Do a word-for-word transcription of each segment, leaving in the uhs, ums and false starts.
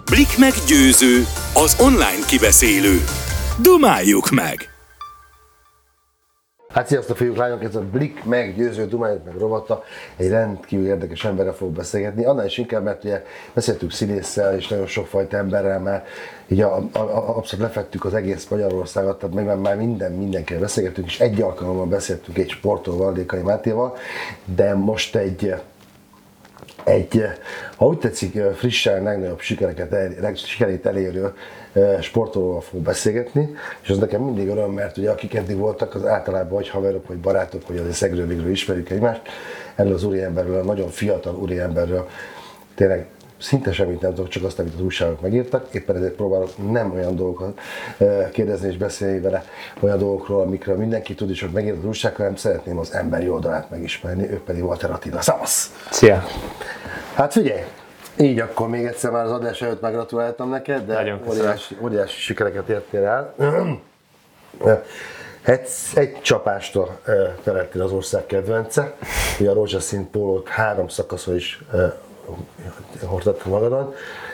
Blik meg Győző, az online kibeszélő. Dumáljuk meg! Hát sziasztok fiúk, lányok, ez a Blik meg Győző, Dumáljuk meg rovata. Egy rendkívül érdekes emberrel fogok beszélgetni. Annál is inkább, mert ugye beszéltünk színésszel és nagyon sokfajta emberrel, mert így a, a, a, abszolút lefettük az egész Magyarországot, tehát meg már minden, mindenkivel beszélgettünk, és egy alkalommal beszéltünk egy sportolóval, Dékai Mátéval, de most egy egy, ha úgy tetszik, frissen legnagyobb sikereket, el, sikerét elérő sportolóval fogok beszélgetni, és az nekem mindig öröm, mert ugye akik eddig voltak, az általában vagy haverok, vagy barátok, vagy azért szegről végről ismerjük egymást. Erről az úriemberről, a nagyon fiatal úriemberről tényleg szinte semmit nem tudok, csak azt, amit az újságok megírtak. Éppen ezért próbálok nem olyan dolgokat kérdezni és beszélni vele, olyan dolgokról, amikről mindenki tud, és hogy megírt az újság, hanem szeretném az emberi oldalát megismerni, ő pedig Walter Attila. Szavasz! Szia! Hát figyelj! Így akkor még egyszer már az adás előtt meggratuláltam neked, de óriási, óriási sikereket értél el. Egy, egy csapástól te lettél az ország kedvence, ugye a rózsaszín pólót három szakaszon is hordtad magadon.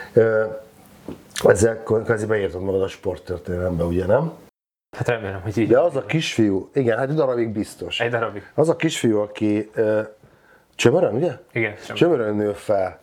Ezzel kvázi beírtad magad a sporttörténelembe, ugye nem? Hát remélem, hogy így. De az a kisfiú, igen, hát egy darabig biztos. Egy darabig. Az a kisfiú, aki Csömörön, ugye? Igen, Csömörön nő fel,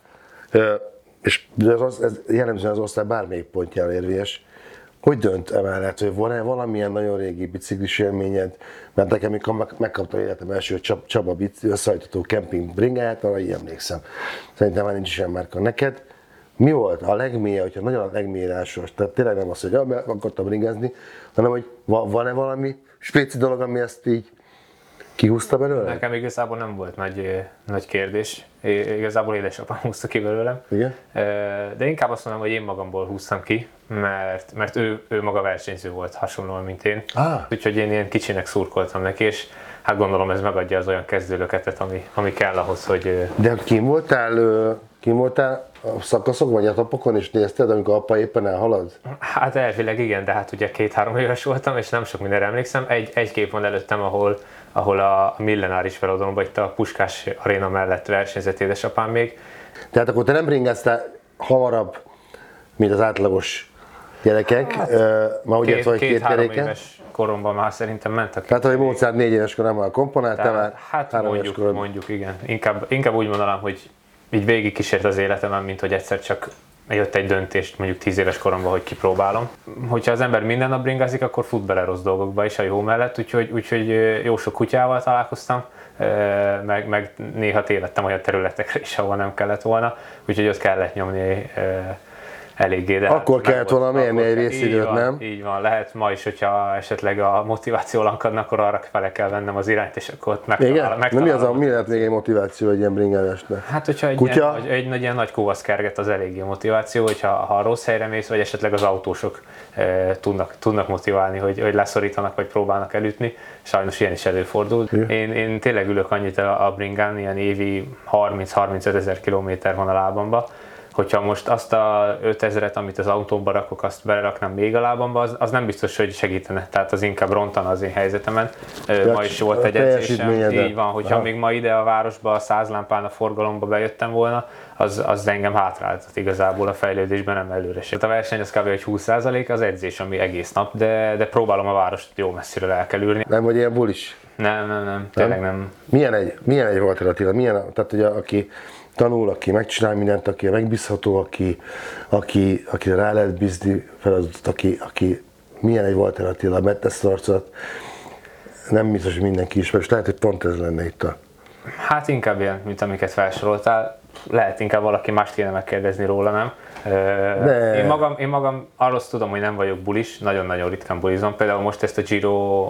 és ez, az, ez jellemzően az ország bármelyik pontjára érvényes. Hogy dönt emellett, hogy van-e valamilyen nagyon régi biciklis élményed? Mert nekem, amikor megkaptam életem első Csaba összehajtató kemping bringáját, arra így emlékszem. Szerintem már nincs is ilyen márka. Neked mi volt a legmélye, hogyha nagyon a legmélyre ásós? Tehát tényleg nem az, hogy ja, akartam bringázni, hanem hogy van-e valami spéci dolog, ami ezt így kihúzta belőle? Nekem igazából nem volt nagy, nagy kérdés. Igazából édesapám húzta ki belőlem. Igen? De inkább azt mondom, hogy én magamból húztam ki, mert, mert ő, ő maga versenyző volt hasonlóan, mint én. Ah. Úgyhogy én ilyen kicsinek szurkoltam neki, és hát gondolom ez megadja az olyan kezdőlöketet, ami, ami kell ahhoz, hogy... De kim voltál, kim voltál a szakaszok vagy etapokon, és nézted, amikor apa éppen elhalad? Hát elvileg igen, de hát ugye két-három éves voltam, és nem sok mindenre emlékszem. Egy, egy kép van előttem, ahol ahol a millenáris feladalomban, itt a Puskás Aréna mellett versenyzett édesapám még. Tehát akkor te nem bringáztál hamarabb, mint az átlagos gyerekek, hát, ma úgy ért, hogy két, két három éves koromban már szerintem mentek. Tehát, hogy Mozart négy éves koromban komponált, te már hát három mondjuk, éves mondjuk, igen. Inkább, inkább úgy mondanám, hogy így végig kísért az életemen, mint hogy egyszer csak jött egy döntést mondjuk tíz éves koromban, hogy kipróbálom. Hogyha az ember minden nap bringázik, akkor fut bele rossz dolgokba is a jó mellett, úgyhogy, úgyhogy jó sok kutyával találkoztam, meg, meg néha tévedtem olyan területekre is, ahol nem kellett volna, úgyhogy ott kellett nyomni eléggé. De akkor hát kellett volna mérni egy részidőt, nem? Így van, lehet ma is, hogyha esetleg a motiváció lankadna, akkor arra fele kell vennem az irányt, és akkor ott megtalálom. Igen? Mi, az a, mi lehet még egy motiváció egy ilyen bringázásnak? Hát, hogyha egy Kutya? Ilyen, egy, egy ilyen nagy kóvasz kerget, az eléggé motiváció, hogyha ha rossz helyre mész, vagy esetleg az autósok e, tudnak, tudnak motiválni, hogy, hogy leszorítanak, vagy próbálnak elütni. Sajnos ilyen is előfordul. Én, én tényleg ülök annyit a, a bringán, ilyen évi harminc-harmincöt ezer kilométer van a lábamba. Hogyha most azt a ötezret, amit az autómba rakok, azt beraknám még a lábamba, az, az nem biztos, hogy segítene. Tehát az inkább rontana az én helyzetemen. Ja, ma is volt egy edzésem. Így van, hogyha Aha. még ma ide a városba a száz lámpán a forgalomba bejöttem volna, az, az engem hátráltat igazából a fejlődésben, nem előre sem. A verseny az kb. húsz százalék, az edzés, ami egész nap, de, de próbálom a várost jó messziről el kell ülni. Nem vagy ilyen bulis? Nem, nem, nem, tényleg nem. nem. Milyen egy, milyen egy Walter Attila? Milyen, tehát ugye aki tanul, aki megcsinál mindent, aki megbízható, aki, aki, akire rá lehet bízni feladatot, aki, aki milyen egy Walter Attila, megtesz arcot, nem biztos, hogy mindenki ismer, és lehet, hogy pont ez lenne itt a... Hát inkább ilyen, mint amiket felsoroltál, lehet inkább valaki mást kéne megkérdezni róla, nem? De... Én, magam, én magam arról tudom, hogy nem vagyok bulis, nagyon-nagyon ritkán bulizom, például most ezt a Giro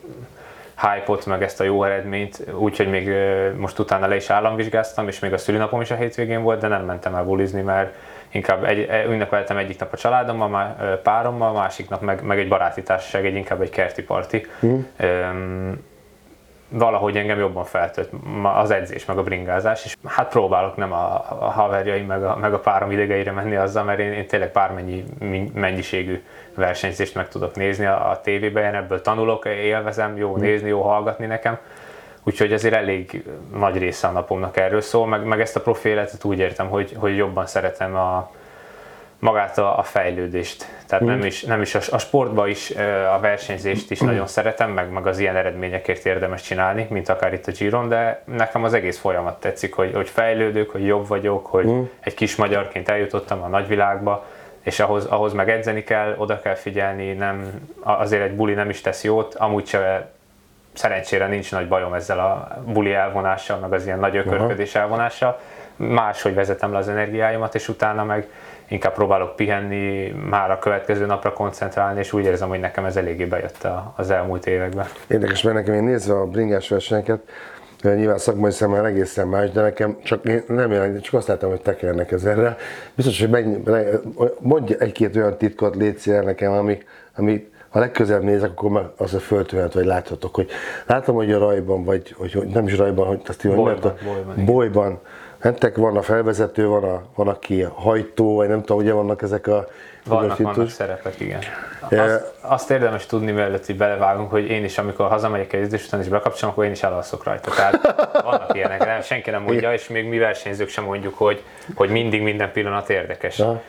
hype-ot, meg ezt a jó eredményt, úgyhogy még most utána le is államvizsgáztam, és még a szülinapom is a hétvégén volt, de nem mentem el bulizni, mert inkább egy, ünnepeltem egyik nap a családommal, párommal, másik nap meg, meg egy baráti társaság, egy inkább egy kerti parti. Hmm. Um, valahogy engem jobban feltölt az edzés, meg a bringázás, és hát próbálok nem a, a haverjaim, meg a, meg a párom idegeire menni azzal, mert én, én tényleg bármennyi mennyiségű versenyzést meg tudok nézni a, a tévében, én ebből tanulok, élvezem, jó nézni, jó hallgatni nekem, úgyhogy azért elég nagy része a napomnak erről szól, meg, meg ezt a profi életet úgy értem, hogy, hogy jobban szeretem a magát a, a fejlődést. Tehát nem is, nem is a, a sportban is, a versenyzést is nagyon szeretem, meg, meg az ilyen eredményekért érdemes csinálni, mint akár itt a Giron, de nekem az egész folyamat tetszik, hogy, hogy fejlődök, hogy jobb vagyok, hogy mm. egy kis magyarként eljutottam a nagyvilágba, és ahhoz, ahhoz meg edzeni kell, oda kell figyelni, nem, azért egy buli nem is tesz jót, amúgy se, szerencsére nincs nagy bajom ezzel a buli elvonással, meg az ilyen nagy ökörködés elvonással. Máshogy vezetem le az energiáimat, és utána meg inkább próbálok pihenni, már a következő napra koncentrálni, és úgy érzem, hogy nekem ez eléggé bejött az elmúlt években. Érdekes, mert nekem én nézve a bringás versenyeket, nyilván szakmai szemmel egészen más, de nekem csak én nem jelent, csak azt láttam, hogy tekernek ezerre. Biztos, hogy menj, mondj egy-két olyan titkot, légy szél nekem, ami, ami ha legközelebb nézek, akkor már az a föltűnhet, vagy láthatok, hogy látom, hogy a rajban, vagy hogy, hogy nem is rajban, hogy azt így, bolyban, mert a bolyban, bolyban mentek, van a felvezető, van, a, van aki hajtó, vagy nem tudom, ugye vannak ezek a... Vannak, vannak szerepek, igen. Azt, azt érdemes tudni, mielőtt így belevágunk, hogy én is, amikor hazamegyek egy edzés után és bekapcsolom, akkor én is elalszok rajta. Tehát vannak ilyenek, nem, senki nem mondja, és még mi versenyzők sem mondjuk, hogy, hogy mindig minden pillanat érdekes. Aha.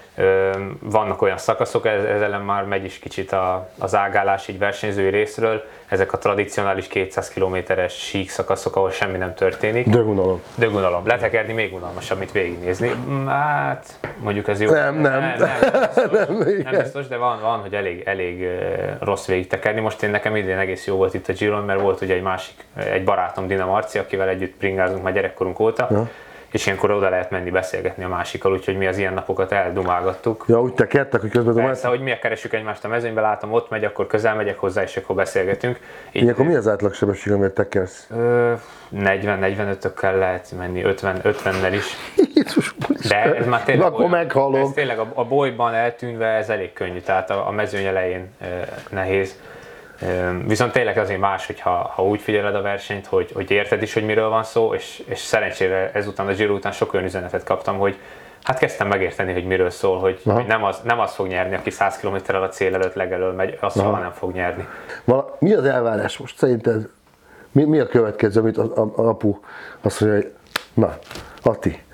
Vannak olyan szakaszok, ez ellen már megy is kicsit a, az ágálás így versenyzői részről, ezek a tradicionális kétszáz kilométeres sík szakaszok, ahol semmi nem történik. Dögunalom. Dögunalom. Letekerni még unalmasabb, mint végignézni. Hát, mondjuk ez jó. Nem, nem. Nem, nem, biztos, nem, nem biztos, de van, van hogy elég, elég rossz végigtekerni. Most én nekem idén egész jó volt itt a Giron, mert volt ugye egy másik, egy barátom, Dina Marci, akivel együtt bringázunk már gyerekkorunk óta. Ja. És ilyenkor oda lehet menni beszélgetni a másikkal, úgyhogy mi az ilyen napokat eldumálgattuk. Ja, úgy tekertek, hogy közben dumáltak? Persze, hogy mi keressük egymást a mezőnyben, látom, ott megy, akkor közel megyek hozzá, és akkor beszélgetünk. Így, akkor mi az átlagsebesség, amit tekersz? negyven-negyvenötökkel lehet menni, ötvennel is. Jézus, de ez már tényleg, akkor meghalom. Ez tényleg a, a bolyban eltűnve ez elég könnyű, tehát a, a mezőny elején e, nehéz. Viszont tényleg azért más, hogyha ha úgy figyeled a versenyt, hogy, hogy érted is, hogy miről van szó, és, és szerencsére ezután a Giro után sok olyan üzenetet kaptam, hogy hát kezdtem megérteni, hogy miről szól, hogy, hogy nem, az, nem az fog nyerni, aki száz kilométerrel a cél előtt legelől megy, az soha nem fog nyerni. Vala, mi az elvárás most szerinted? Mi, mi a következő, amit a, a, a apu azt mondja, hogy na, Ati?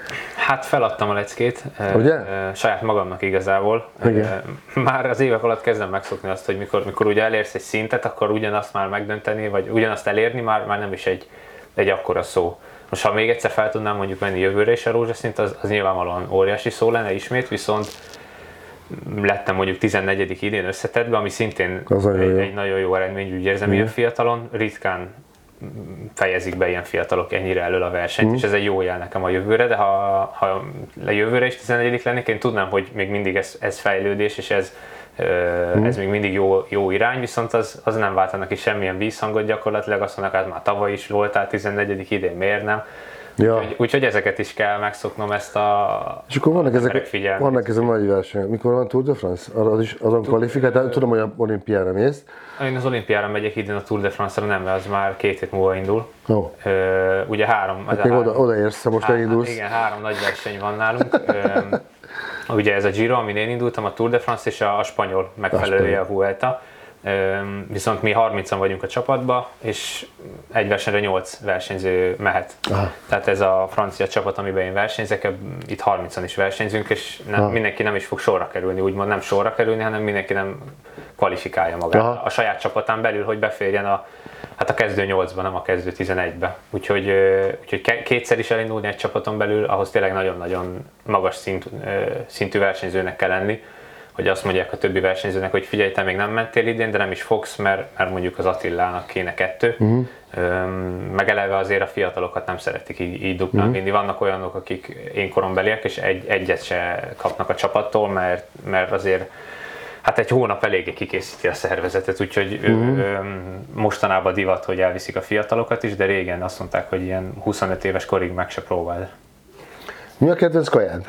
Hát feladtam a leckét, Ugye? E, saját magamnak igazából. E, már az évek alatt kezdem megszokni azt, hogy mikor, mikor ugye elérsz egy szintet, akkor ugyanazt már megdönteni, vagy ugyanazt elérni már, már nem is egy, egy akkora szó. Most ha még egyszer fel tudnám mondjuk menni jövőre is a rózsaszint, az, az nyilvánvalóan óriási szó lenne ismét, viszont lettem mondjuk tizennegyedik idén összetettbe, ami szintén egy, egy nagyon jó eredmény, úgy érzem, ilyen fiatalon, ritkán fejezik be ilyen fiatalok ennyire elől a versenyt, mm. és ez egy jó jel nekem a jövőre, de ha, ha a jövőre is tizennegyedik lennék, én tudnám, hogy még mindig ez, ez fejlődés, és ez, mm. ez még mindig jó, jó irány, viszont az, az nem váltanak ki semmilyen vízhangot gyakorlatilag, azt mondják, hát már tavaly is voltál tizennegyedik idén, miért nem? Ja. Úgyhogy, úgyhogy ezeket is kell megszoknom, ezt a és akkor vannak ezek, vannak ezek a nagy versenyek. Mikor van Tour de France? Az is, azon kvalifikált, tudom, hogy a olimpiára mész. Én az olimpiára megyek idén, a Tour de France-ra nem, mert az már két hét múlva indul. Oh. Ö, ugye három... Hát még három, oda, odaérsz, ha most három, elindulsz. Igen, három nagy verseny van nálunk. Ö, ugye ez a Giro, amin én indultam, a Tour de France és a, a spanyol megfelelője a Vuelta. Viszont mi harmincan vagyunk a csapatban, és egy versenyre nyolc versenyző mehet. Aha. Tehát ez a francia csapat, amiben én versenyzek, itt harmincan is versenyzünk, és nem, mindenki nem is fog sorra kerülni, úgymond nem sorra kerülni, hanem mindenki nem kvalifikálja magát. Aha. A saját csapatán belül, hogy beférjen a, hát a kezdő nyolcba, nem a kezdő tizenegybe. Úgyhogy, úgyhogy kétszer is elindulni egy csapaton belül, ahhoz tényleg nagyon-nagyon magas szint, szintű versenyzőnek kell lenni, hogy azt mondják a többi versenyzőnek, hogy figyelj, te még nem mentél idén, de nem is fogsz, mert, mert mondjuk az Attilának kéne kettő. Uh-huh. Meg eleve azért a fiatalokat nem szeretik így, így duplán uh-huh. vinni. Vannak olyanok, akik én korombeliek, és egy, egyet se kapnak a csapattól, mert, mert azért hát egy hónap eléggé kikészíti a szervezetet, úgyhogy uh-huh. ő, mostanában divat, hogy elviszik a fiatalokat is, de régen azt mondták, hogy ilyen huszonöt éves korig meg se próbál. Mi a kedvenc kajád?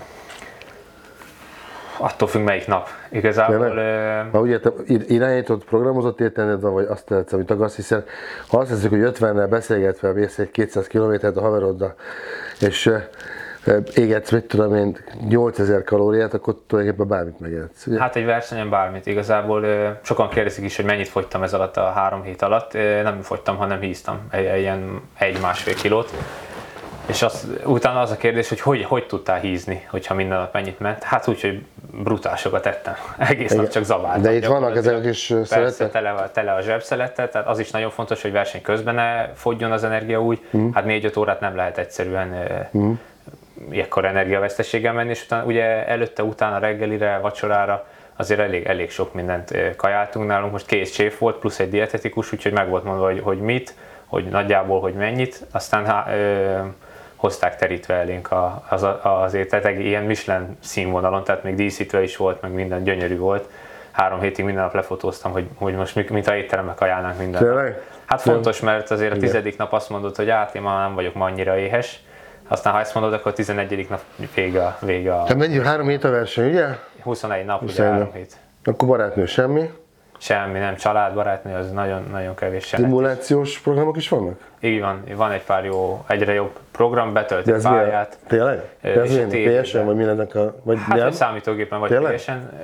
Attól függ, melyik nap. Igazából... Ha ugye te irányított, programozott értelmed van, vagy azt tehetsz, amit akarsz, hiszen ha azt hiszük, hogy ötvennel beszélgetve mész egy kétszáz kilométert a haveroddal, és égetsz, mit tudom én, nyolcezer kalóriát, akkor tulajdonképpen bármit megetsz. Ugye? Hát egy versenyen bármit. Igazából sokan kérdezik is, hogy mennyit fogytam ez alatt a három hét alatt. Nem fogytam, hanem híztam egy, ilyen egy-másfél kilót. És az, utána az a kérdés, hogy, hogy hogy tudtál hízni, hogyha minden nap mennyit ment? Hát úgy, hogy brutálisokat ettem. Egész nap csak zabáltam. De itt vannak ezek a kis szeletek? Tele, tele a zsebszelettel, tehát az is nagyon fontos, hogy verseny közben ne fogjon az energia úgy. Mm. Hát négy-öt órát nem lehet egyszerűen mm. ilyenkor energiaveszteséggel menni, és utána ugye előtte, utána reggelire, vacsorára azért elég, elég sok mindent kajáltunk nálunk. Most két séf volt, plusz egy dietetikus, úgyhogy meg volt mondva, hogy, hogy mit, hogy nagyjából, hogy mennyit. Aztán há, ö, hozták terítve elénk a, az, az ételt, ilyen Michelin színvonalon, tehát még díszítve is volt, meg minden gyönyörű volt. Három hétig minden nap lefotóztam, hogy, hogy most mint a étteremnek ajánlnánk minden nap. Hát fontos, mert azért a tizedik nap azt mondod, hogy át, én már nem vagyok ma annyira éhes. Aztán ha ezt mondod, akkor a tizennegyedik nap vége, vége a... Te mennyi? Három hét a verseny, ugye? huszonegy nap, ugye három hét. Akkor barátnő semmi? Semmi, nem. Család, barátnő, az nagyon, nagyon kevés. Stimulációs programok is vannak? Így van, van egy pár jó, egyre jobb program, betölt egy pályát. Tényleg? De ez milyen? pé es en vagy mindennek a... Vagy hát vagy számítógépen, vagy pé es en.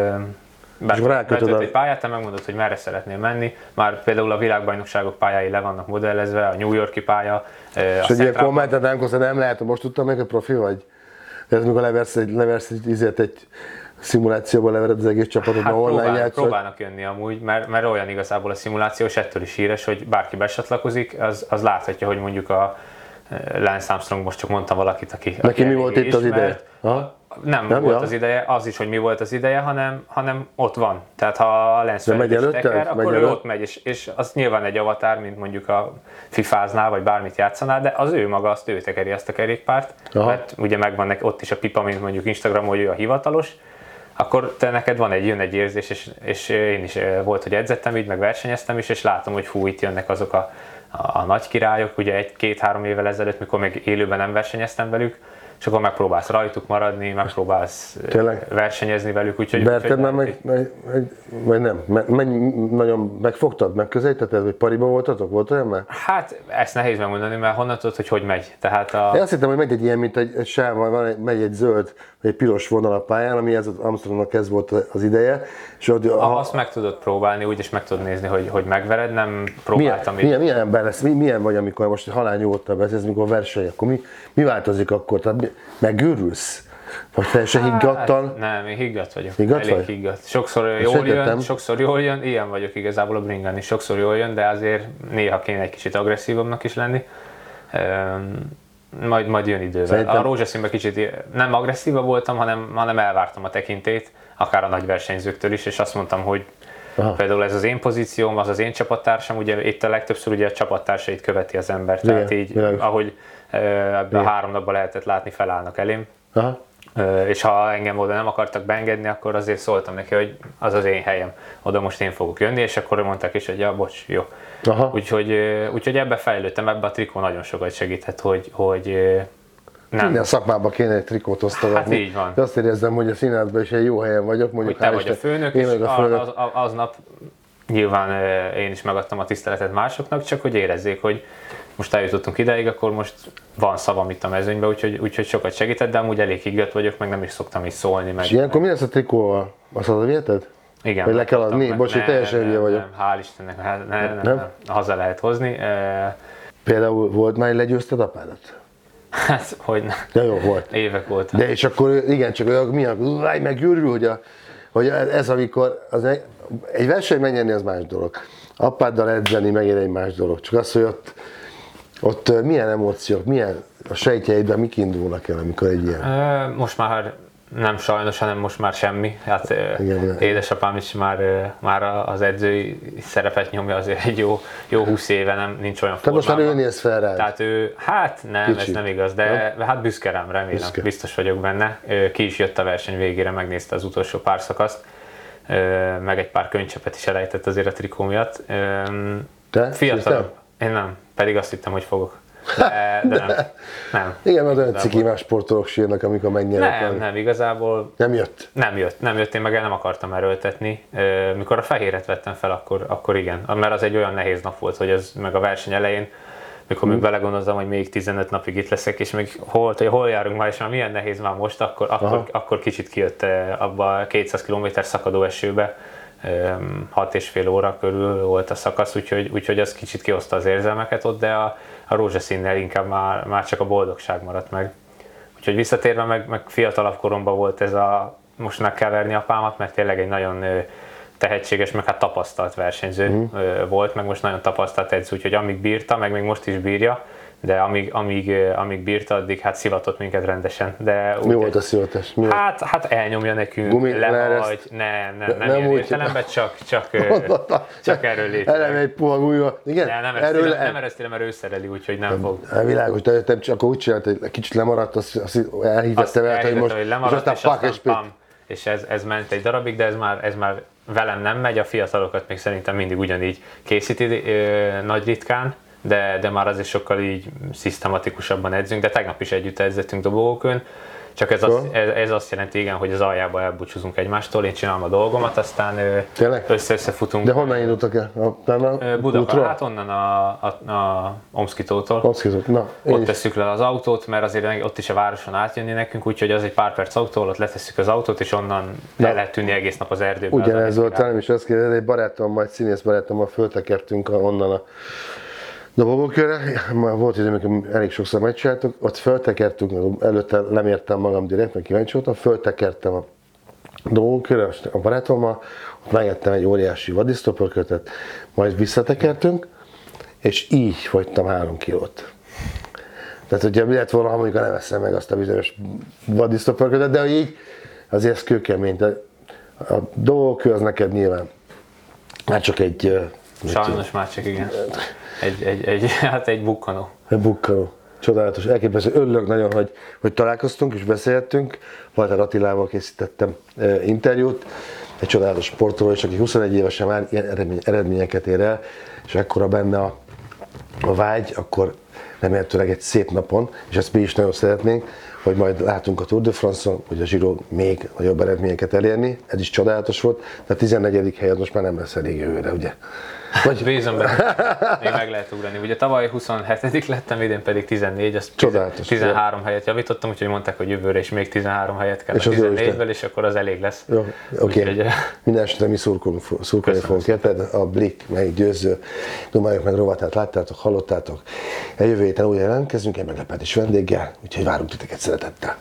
Betölt egy pályát, te megmondod, hogy merre szeretnél menni. Már például a világbajnokságok pályái le vannak modellezve, a New York-i pálya. És egy ilyen kommentet nem kosztál, nem lehet, hogy most tudtam meg, hogy profi vagy? Ez mikor leversz egy, leversz egy, izért egy szimulációban levered az egész csapatot, hát online próbál, játszol. Próbálnak jönni amúgy, mert, mert olyan igazából a szimuláció, és ettől is híres, hogy bárki besatlakozik, az, az láthatja, hogy mondjuk a Lance Armstrong, most csak mondtam valakit, aki... Neki mi volt itt az ideje? Nem, nem volt ja. az ideje, az is, hogy mi volt az ideje, hanem, hanem ott van. Tehát ha a Lance megy előtte, teker, akkor megy ő ott megy, és, és az nyilván egy avatár, mint mondjuk a fifáznál, vagy bármit játszanál, de az ő maga, azt ő tekeri ezt a kerékpárt, aha. mert ugye megvan neki ott is a pipa, mint mondjuk Instagramon, hogy ő a hivatalos, akkor te neked van egy, jön egy érzés, és, és én is volt, hogy edzettem így, meg versenyeztem is, és látom, hogy fú, itt jönnek azok a, a, a nagy királyok, ugye egy-két-három évvel ezelőtt, mikor még élőben nem versenyeztem velük, és akkor megpróbálsz rajtuk maradni, megpróbálsz Tényleg? versenyezni velük, úgyhogy... Verted már meg, meg, meg, vagy nem? Me, me, nagyon megfogtad, megközelítetted, vagy pariban voltatok? Volt olyan már? Hát ezt nehéz megmondani, mert honnan tudod, hogy hogy megy. Tehát a... Én azt hittem, hogy megy egy ilyen, mint egy, egy sáv, van, megy egy zöld, vagy egy piros vonal a pályán, ami ez az Armstrongnak ez volt az ideje. És ott, ah, azt meg tudod próbálni, úgyis meg tudod nézni, hogy, hogy megvered, nem próbáltam. Milyen, milyen, milyen ember lesz, milyen vagy, amikor most halányúgottal beszélsz, mikor verseny, akkor mi, mi változik akkor? Tehát megőrülsz? Vagy teljesen hát, higgadtan? Nem, én higgadt vagyok. Higgadt Elég vagy? higgadt. Sokszor jól Segítettem. jön, sokszor jól jön, ilyen vagyok igazából a bringán is, sokszor jól jön, de azért néha kéne egy kicsit agresszívabbnak is lenni. Majd, majd jön idővel. Szerintem... A rózsaszínben kicsit nem agresszívabb voltam, hanem, hanem elvártam a tekintélyt, akár a nagy versenyzőktől is, és azt mondtam, hogy aha. például ez az én pozícióm, az az én csapattársam, ugye itt a legtöbbször ugye a csapattársait követi az ember, igen, tehát így, világos. Ahogy ebben a három napban lehetett látni, felállnak elém. Aha. És ha engem oda nem akartak beengedni, akkor azért szóltam neki, hogy az az én helyem, oda most én fogok jönni, és akkor mondták is, hogy ja, bocs, jó. Úgyhogy, úgyhogy ebbe fejlődtem, ebbe a trikó nagyon sokat segített, hogy, hogy nem. Minden szakmában kéne egy trikót osztogatni. Hát így van. De azt érezzem, hogy a színházban is egy jó helyen vagyok. Mondjuk, hogy te vagy a főnök, és a főnök. Az, az, aznap nyilván én is megadtam a tiszteletet másoknak, csak hogy érezzék, hogy most eljutottunk ideig, akkor most van szavam itt a mezőnyben, úgyhogy, úgyhogy sokat segített, de amúgy elég higgadt vagyok, meg nem is szoktam is szólni. Meg, és ilyenkor mi lesz a trikóval? Azt hazaviheted? Igen. Vagy le kell adni? Bocsi, teljesen hülye vagyok. Nem, hál' Istennek, ne, ne, nem, nem? haza lehet hozni. Például volt már, hogy legyőzted apádat? Hát, hogy nem. Ja, jó, volt. Évek voltak. De és akkor igen, csak olyan, milyen, megőrül, hogy, a, hogy ez amikor, az egy, egy verseny megnyerni az más dolog. Apáddal edzeni megint egy más dolog. Csak az, hogy ott, ott milyen emóciók, milyen a sejtjeidben mik indulnak el, amikor egy ilyen? Most már nem sajnos, hanem most már semmi. Hát igen, édesapám is már, már az edzői szerepet nyomja azért egy jó, jó húsz éve, nem, nincs olyan formában. Tehát most már ő néz fel rád. Tehát ő, hát nem, kicsit. Ez nem igaz, de nem? Hát büszke rám, remélem, büszke. Biztos vagyok benne. Ki is jött a verseny végére, megnézte az utolsó pár szakaszt, meg egy pár könycsepet is elejtett azért a trikó miatt. Te? Fiatalabb. Én nem, pedig azt hittem, hogy fogok. De, de nem. nem. Igen, mert olyan ciki más sportolók sírnak, amikor megnyernek. Nem, nem, igazából nem jött. Nem jött, nem jött, én meg el nem akartam erőltetni. Mikor a fehéret vettem fel, akkor, akkor igen, mert az egy olyan nehéz nap volt, hogy ez meg a verseny elején, mikor még belegondoltam, hogy még tizenöt napig itt leszek, és még hol, hol járunk már, és már milyen nehéz már most, akkor, akkor, akkor kicsit kijött abba a kétszáz kilométer szakadó esőbe. hat és fél óra körül volt a szakasz, úgyhogy, úgyhogy az kicsit kihozta az érzelmeket ott, de a, a rózsaszínnel inkább már, már csak a boldogság maradt meg. Úgyhogy visszatérve meg, meg fiatalabb koromban volt ez a most meg kell verni apámat, mert tényleg egy nagyon tehetséges, meg hát tapasztalt versenyző mm. volt, meg most nagyon tapasztalt edző, úgyhogy amíg bírta, meg még most is bírja, de amíg, amíg, amíg bírta, addig hát szivatott minket rendesen. De mi úgy, volt a szivatás? Mi hát, hát elnyomja nekünk, lehagy, nem, nem, nem, nem ilyen értelemben, csak, csak, csak erről létezik. Eleve egy puha gújja. Igen? Nem, nem erről le... nem erősztére, mert ő szereli, úgyhogy nem fog. Világos, de te csak akkor úgy csinált, hogy kicsit lemaradt, azt, azt elhívette vele, hogy most, hogy lemaradt, és aztán pam, és ez, ez ment egy darabig, de ez már, ez már velem nem megy, a fiatalokat még szerintem mindig ugyanígy készíti nagy ritkán, de, de már azért sokkal így szisztematikusabban edzünk, de tegnap is együtt edzettünk dobogókön, csak ez, az, ez, ez azt jelenti, igen, hogy az aljába elbúcsúzunk egymástól, én csinálom a dolgomat, aztán össze-összefutunk. De honnan indultak el? Budapest, hát onnan a, a, a Omszkitótól. Omszkitót, na. Ott is tesszük le az autót, mert azért ott is a városon átjönni nekünk, úgyhogy az egy pár perc autól, ott letesszük az autót, és onnan le lehet tűnni egész nap az erdőben. Ugyanez volt, nem is azt kérdezni, egy barátom, majd színész barátommal föltekertünk onnan a dobogókörre, volt idő, amikor elég sokszor megcsináltuk, ott föltekertünk, előtte lemértem magam direkt, mert kíváncsi voltam, föltekertem a dobogókörre a barátommal, ott megettem egy óriási vadisztopörkötet, majd visszatekertünk, és így fogytam három kilót. Tehát ugye mi lett volna, ha mondjuk nem eszem meg azt a bizonyos vadisztopörkötet, de így azért ez kőkemény. A dobogókör az neked nyilván már csak egy... Sajnos már csak igen. Egy, egy, egy, hát egy bukkanó. Egy bukkanó. Csodálatos, elképesztő. Örülök nagyon, hogy, hogy találkoztunk és beszélgettünk. Walter Attilával készítettem e, interjút. Egy csodálatos sportoló, és aki huszonegy évesen már ilyen eredmény, eredményeket ér el, és ekkora benne a, a vágy, akkor remélhetőleg egy szép napon, és ezt mi is nagyon szeretnénk, hogy majd látunk a Tour de France-on, hogy a Giro még nagyobb eredményeket elérni. Ez is csodálatos volt, de a tizennegyedik helyet most már nem lesz elég jövőre, ugye? Vagy... Bízom benne, még meg lehet ugrani. Ugye tavaly huszonhetedik lettem, idén pedig tizennégy, azt csodálatos, tizenhárom ja. helyet javítottam, úgyhogy mondták, hogy jövőre is még tizenhárom helyet kell és a tizennégyből, és akkor az elég lesz. Jó, oké. Okay. Úgy, minden esetre mi szurkolni fogunk, érted? A Blik meggyőző Dumályok meg rovatát láttátok, hallottátok. A jövő héten újra jelentkezünk egy meglepetés vendéggel, úgyhogy várunk titeket szeretettel.